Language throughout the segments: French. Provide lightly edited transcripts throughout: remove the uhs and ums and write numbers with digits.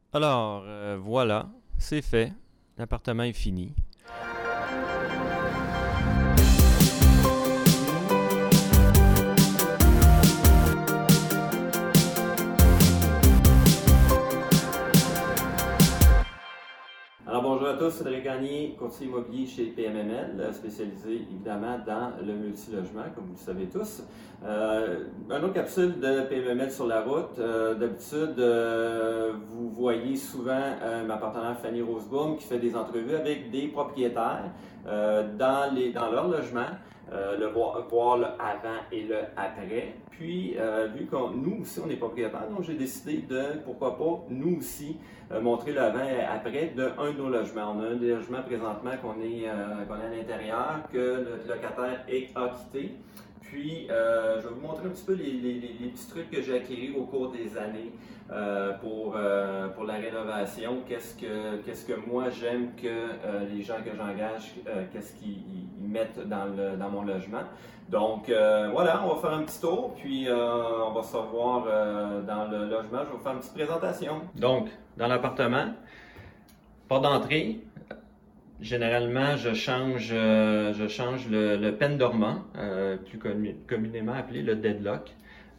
Alors, voilà, c'est fait. L'appartement est fini. Alors bonjour à tous, Cédric Gagné, courtier immobilier chez PMML, spécialisé évidemment dans le multilogement, comme vous le savez tous. Une autre capsule de PMML sur la route. D'habitude, vous voyez souvent ma partenaire Fanny Roseboom qui fait des entrevues avec des propriétaires dans leur logement. Voir le avant et le après. Puis, vu que nous aussi, on est propriétaires, donc j'ai décidé de, pourquoi pas, nous aussi, montrer le avant et après d'un de nos logements. On a un des logements présentement qu'on est à l'intérieur, que notre locataire a quitté. Puis, je vais vous montrer un petit peu les petits trucs que j'ai acquis au cours des années pour la rénovation. Qu'est-ce que moi j'aime que les gens que j'engage, qu'est-ce qu'ils mettent dans mon logement. Donc, voilà, on va faire un petit tour, puis on va se revoir dans le logement. Je vais vous faire une petite présentation. Donc, dans l'appartement, porte d'entrée. Généralement, je change le pen dormant, plus communément appelé le deadlock.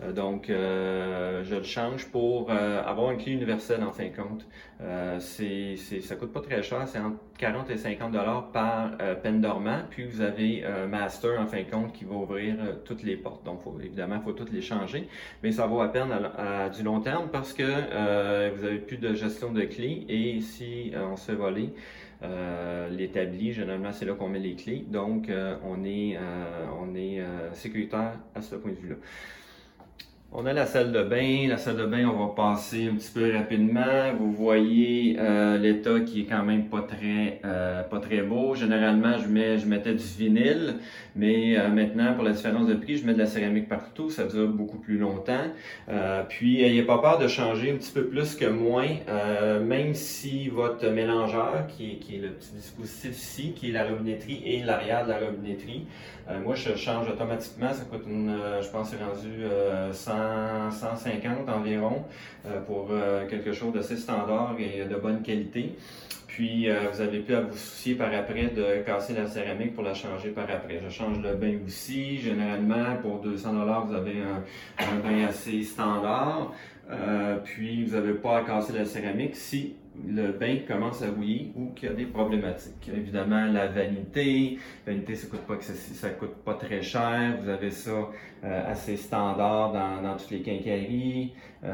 Je le change pour avoir une clé universelle en fin de compte. Ça coûte pas très cher, c'est entre 40 et 50 dollars par pen dormant. Puis vous avez Master en fin de compte qui va ouvrir toutes les portes. Donc évidemment, il faut toutes les changer, mais ça vaut à peine à du long terme parce que vous avez plus de gestion de clés et si on se fait voler, l'établi, généralement c'est là qu'on met les clés, donc on est sécuritaire à ce point de vue-là. On a la salle de bain. La salle de bain, on va passer un petit peu rapidement. Vous voyez l'état qui est quand même pas très beau. Généralement, je mettais du vinyle, mais maintenant, pour la différence de prix, je mets de la céramique partout. Ça dure beaucoup plus longtemps. Puis, n'ayez pas peur de changer un petit peu plus que moins, même si votre mélangeur, qui est le petit dispositif ici, qui est la robinetterie et l'arrière de la robinetterie, moi, je change automatiquement. Ça coûte je pense, c'est rendu 150 environ pour quelque chose d'assez standard et de bonne qualité. Puis, vous n'avez plus à vous soucier par après de casser la céramique pour la changer par après. Je change le bain aussi. Généralement, pour 200 dollars, vous avez un bain assez standard. Puis, vous n'avez pas à casser la céramique si le bain commence à bouillir ou qu'il y a des problématiques. Évidemment, la vanité, ça coûte pas très cher. Vous avez ça assez standard dans toutes les quincailleries.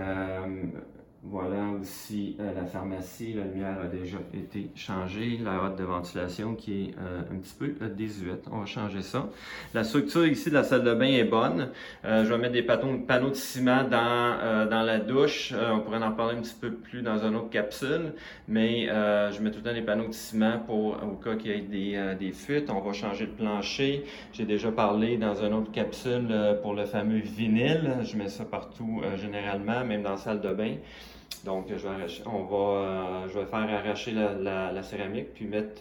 Voilà aussi la pharmacie, la lumière a déjà été changée, la hotte de ventilation qui est un petit peu désuète, on va changer ça. La structure ici de la salle de bain est bonne. Je vais mettre des panneaux de ciment dans la douche. On pourrait en parler un petit peu plus dans une autre capsule, mais je mets tout le temps des panneaux de ciment au cas qu'il y ait des fuites. On va changer le plancher. J'ai déjà parlé dans une autre capsule pour le fameux vinyle. Je mets ça partout généralement, même dans la salle de bain. Donc, je vais faire arracher la céramique puis mettre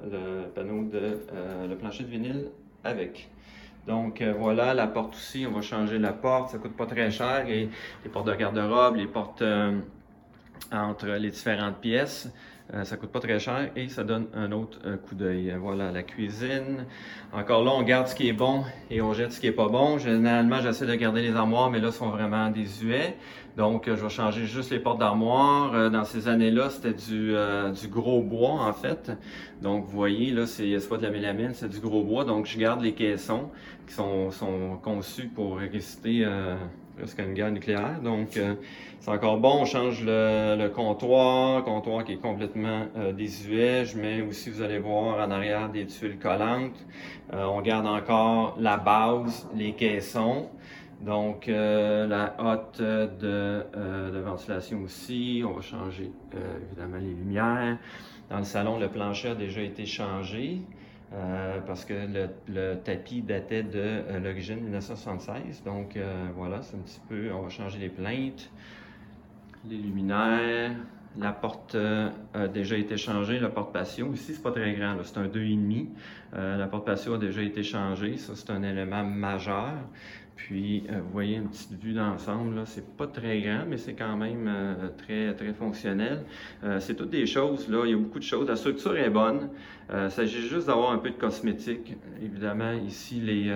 le plancher de vinyle avec. Donc, voilà, la porte aussi, on va changer la porte, ça coûte pas très cher. Et les portes de garde-robe, les portes entre les différentes pièces. Ça coûte pas très cher et ça donne un autre coup d'œil. Voilà la cuisine. Encore là, on garde ce qui est bon et on jette ce qui est pas bon. Généralement, j'essaie de garder les armoires, mais là, sont vraiment désuets. Donc, je vais changer juste les portes d'armoire. Dans ces années-là, c'était du gros bois, en fait. Donc, vous voyez, là, c'est pas de la mélamine, c'est du gros bois. Donc, je garde les caissons qui sont conçus pour résister presque à une guerre nucléaire. Donc, c'est encore bon. On change le comptoir qui est complètement désuet. Je mets aussi, vous allez voir, en arrière des tuiles collantes. On garde encore la base, les caissons. Donc, la hotte de ventilation aussi. On va changer évidemment les lumières. Dans le salon, le plancher a déjà été changé. Parce que le tapis datait de l'origine 1976. Donc voilà, c'est un petit peu, on va changer les plaintes, les luminaires. La porte a déjà été changée, la porte patio. Ici, c'est pas très grand, c'est un 2,5. La porte patio a déjà été changée, ça c'est un élément majeur. Puis, vous voyez une petite vue d'ensemble, là, c'est pas très grand, mais c'est quand même très, très fonctionnel. C'est toutes des choses, là, il y a beaucoup de choses. La structure est bonne. Il s'agit juste d'avoir un peu de cosmétique. Évidemment, ici,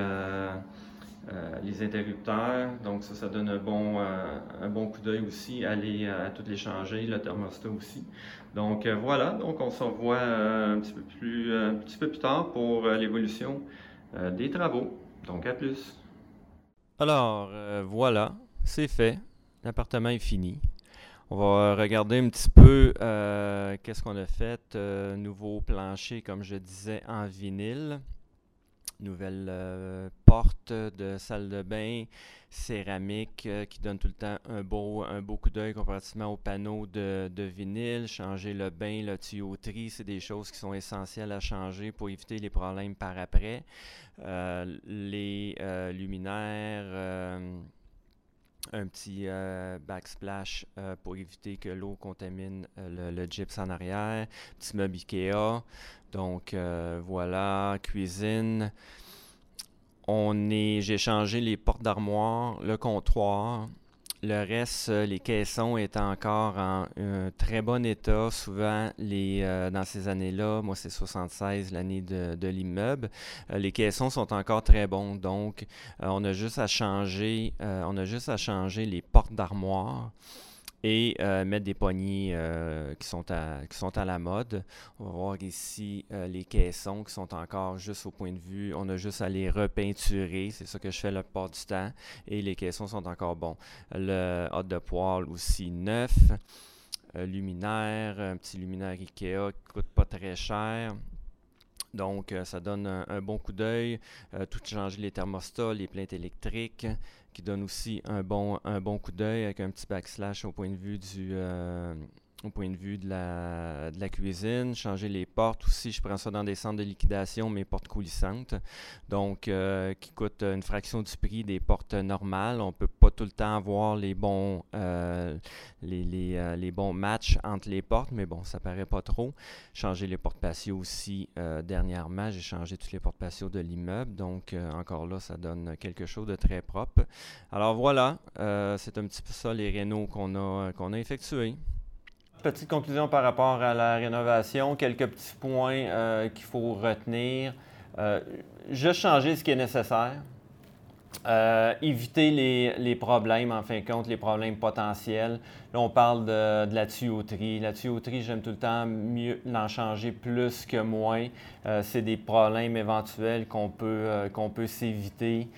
les interrupteurs, donc ça donne un bon coup d'œil aussi à toutes les changer, le thermostat aussi. Donc voilà, donc on se revoit un petit peu plus tard pour l'évolution des travaux. Donc à plus. Alors voilà, c'est fait. L'appartement est fini. On va regarder un petit peu qu'est-ce qu'on a fait. Nouveau plancher, comme je disais, en vinyle. Nouvelle porte de salle de bain céramique qui donne tout le temps un beau coup d'œil comparativement au panneau de vinyle. Changer le bain, la tuyauterie, c'est des choses qui sont essentielles à changer pour éviter les problèmes par après. Les luminaires, un petit backsplash pour éviter que l'eau contamine le gyps en arrière. Petit meuble Ikea. Donc voilà, cuisine. J'ai changé les portes d'armoire, le comptoir. Le reste, les caissons étaient encore en très bon état. Souvent, dans ces années-là, moi c'est 76, l'année de l'immeuble, les caissons sont encore très bons. Donc, on a juste à changer les portes d'armoire et mettre des poignées qui sont à la mode. On va voir ici les caissons qui sont encore juste au point de vue. On a juste à les repeinturer. C'est ça que je fais la plupart du temps. Et les caissons sont encore bons. Le hôte de poêle aussi neuf. Luminaire, un petit luminaire Ikea qui ne coûte pas très cher. Donc, ça donne un bon coup d'œil. Tout changer les thermostats, les plaintes électriques, qui donnent aussi un bon coup d'œil avec un petit backslash au point de vue de la cuisine. Changer les portes aussi, je prends ça dans des centres de liquidation, mes portes coulissantes, donc qui coûtent une fraction du prix des portes normales. On ne peut pas tout le temps avoir les bons matchs entre les portes, mais bon, ça paraît pas trop. Changer les portes patio aussi dernièrement, j'ai changé toutes les portes patio de l'immeuble, donc encore là, ça donne quelque chose de très propre. Alors voilà, c'est un petit peu ça les rénaux qu'on a effectués. Petite conclusion par rapport à la rénovation, quelques petits points qu'il faut retenir. Juste changer ce qui est nécessaire. Éviter les problèmes, en fin de compte, les problèmes potentiels. Là, on parle de la tuyauterie. La tuyauterie, j'aime tout le temps mieux l'en changer plus que moins. C'est des problèmes éventuels qu'on peut s'éviter.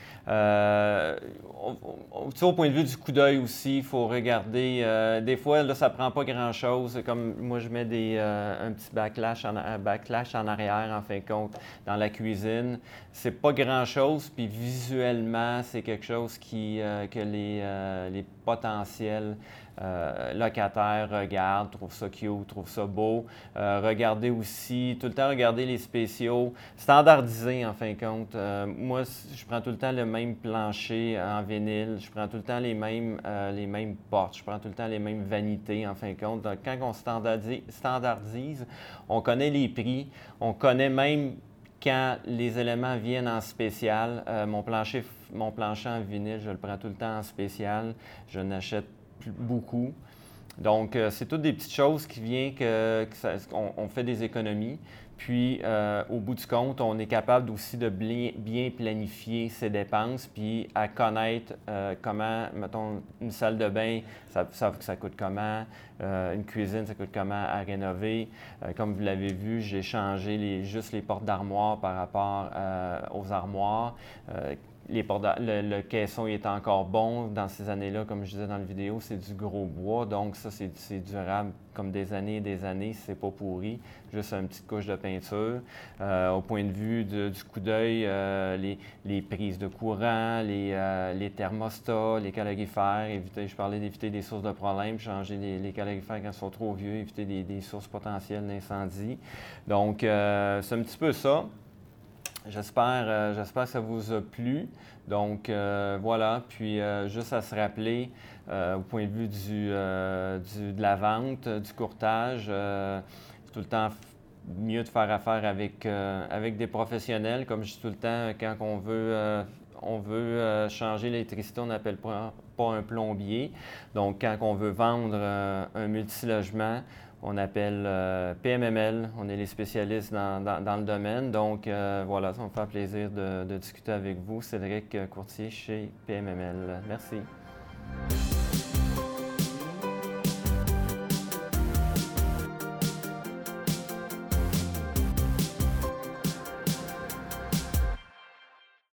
Au point de vue du coup d'œil aussi, il faut regarder. Des fois, là, ça ne prend pas grand-chose. Comme moi, je mets un petit backlash en arrière, en fin de compte, dans la cuisine. C'est pas grand-chose, puis visuellement, c'est quelque chose que les potentiels locataires regardent, trouvent ça cute, trouvent ça beau. Regardez aussi, tout le temps regarder les spéciaux, standardisés en fin de compte. Moi, je prends tout le temps le même plancher en vinyle, je prends tout le temps les mêmes portes, je prends tout le temps les mêmes vanités en fin de compte. Donc, quand on standardise, on connaît les prix, on connaît même quand les éléments viennent en spécial. Mon plancher en vinyle, je le prends tout le temps en spécial. Je n'achète plus beaucoup. Donc, c'est toutes des petites choses qui viennent qu'on fait des économies. Puis, au bout du compte, on est capable aussi de bien planifier ses dépenses, puis à connaître comment, mettons, une salle de bain, ça coûte comment, une cuisine, ça coûte comment à rénover. Comme vous l'avez vu, j'ai changé juste les portes d'armoire par rapport aux armoires. Le caisson est encore bon dans ces années-là, comme je disais dans la vidéo, c'est du gros bois, donc ça c'est durable comme des années et des années, si c'est pas pourri, juste une petite couche de peinture. Au point de vue du coup d'œil, les prises de courant, les thermostats, les calorifères, je parlais d'éviter des sources de problèmes, changer les calorifères quand ils sont trop vieux, éviter des sources potentielles d'incendie. Donc c'est un petit peu ça. J'espère que ça vous a plu. Donc, voilà. Puis, juste à se rappeler, au point de vue de la vente, du courtage, c'est tout le temps mieux de faire affaire avec des professionnels. Comme je dis tout le temps, quand on veut changer l'électricité, on n'appelle pas un plombier. Donc, quand on veut vendre un multilogement, on appelle PMML. On est les spécialistes dans le domaine. Donc, voilà, ça me fait plaisir de discuter avec vous. Cédric Courtier chez PMML. Merci.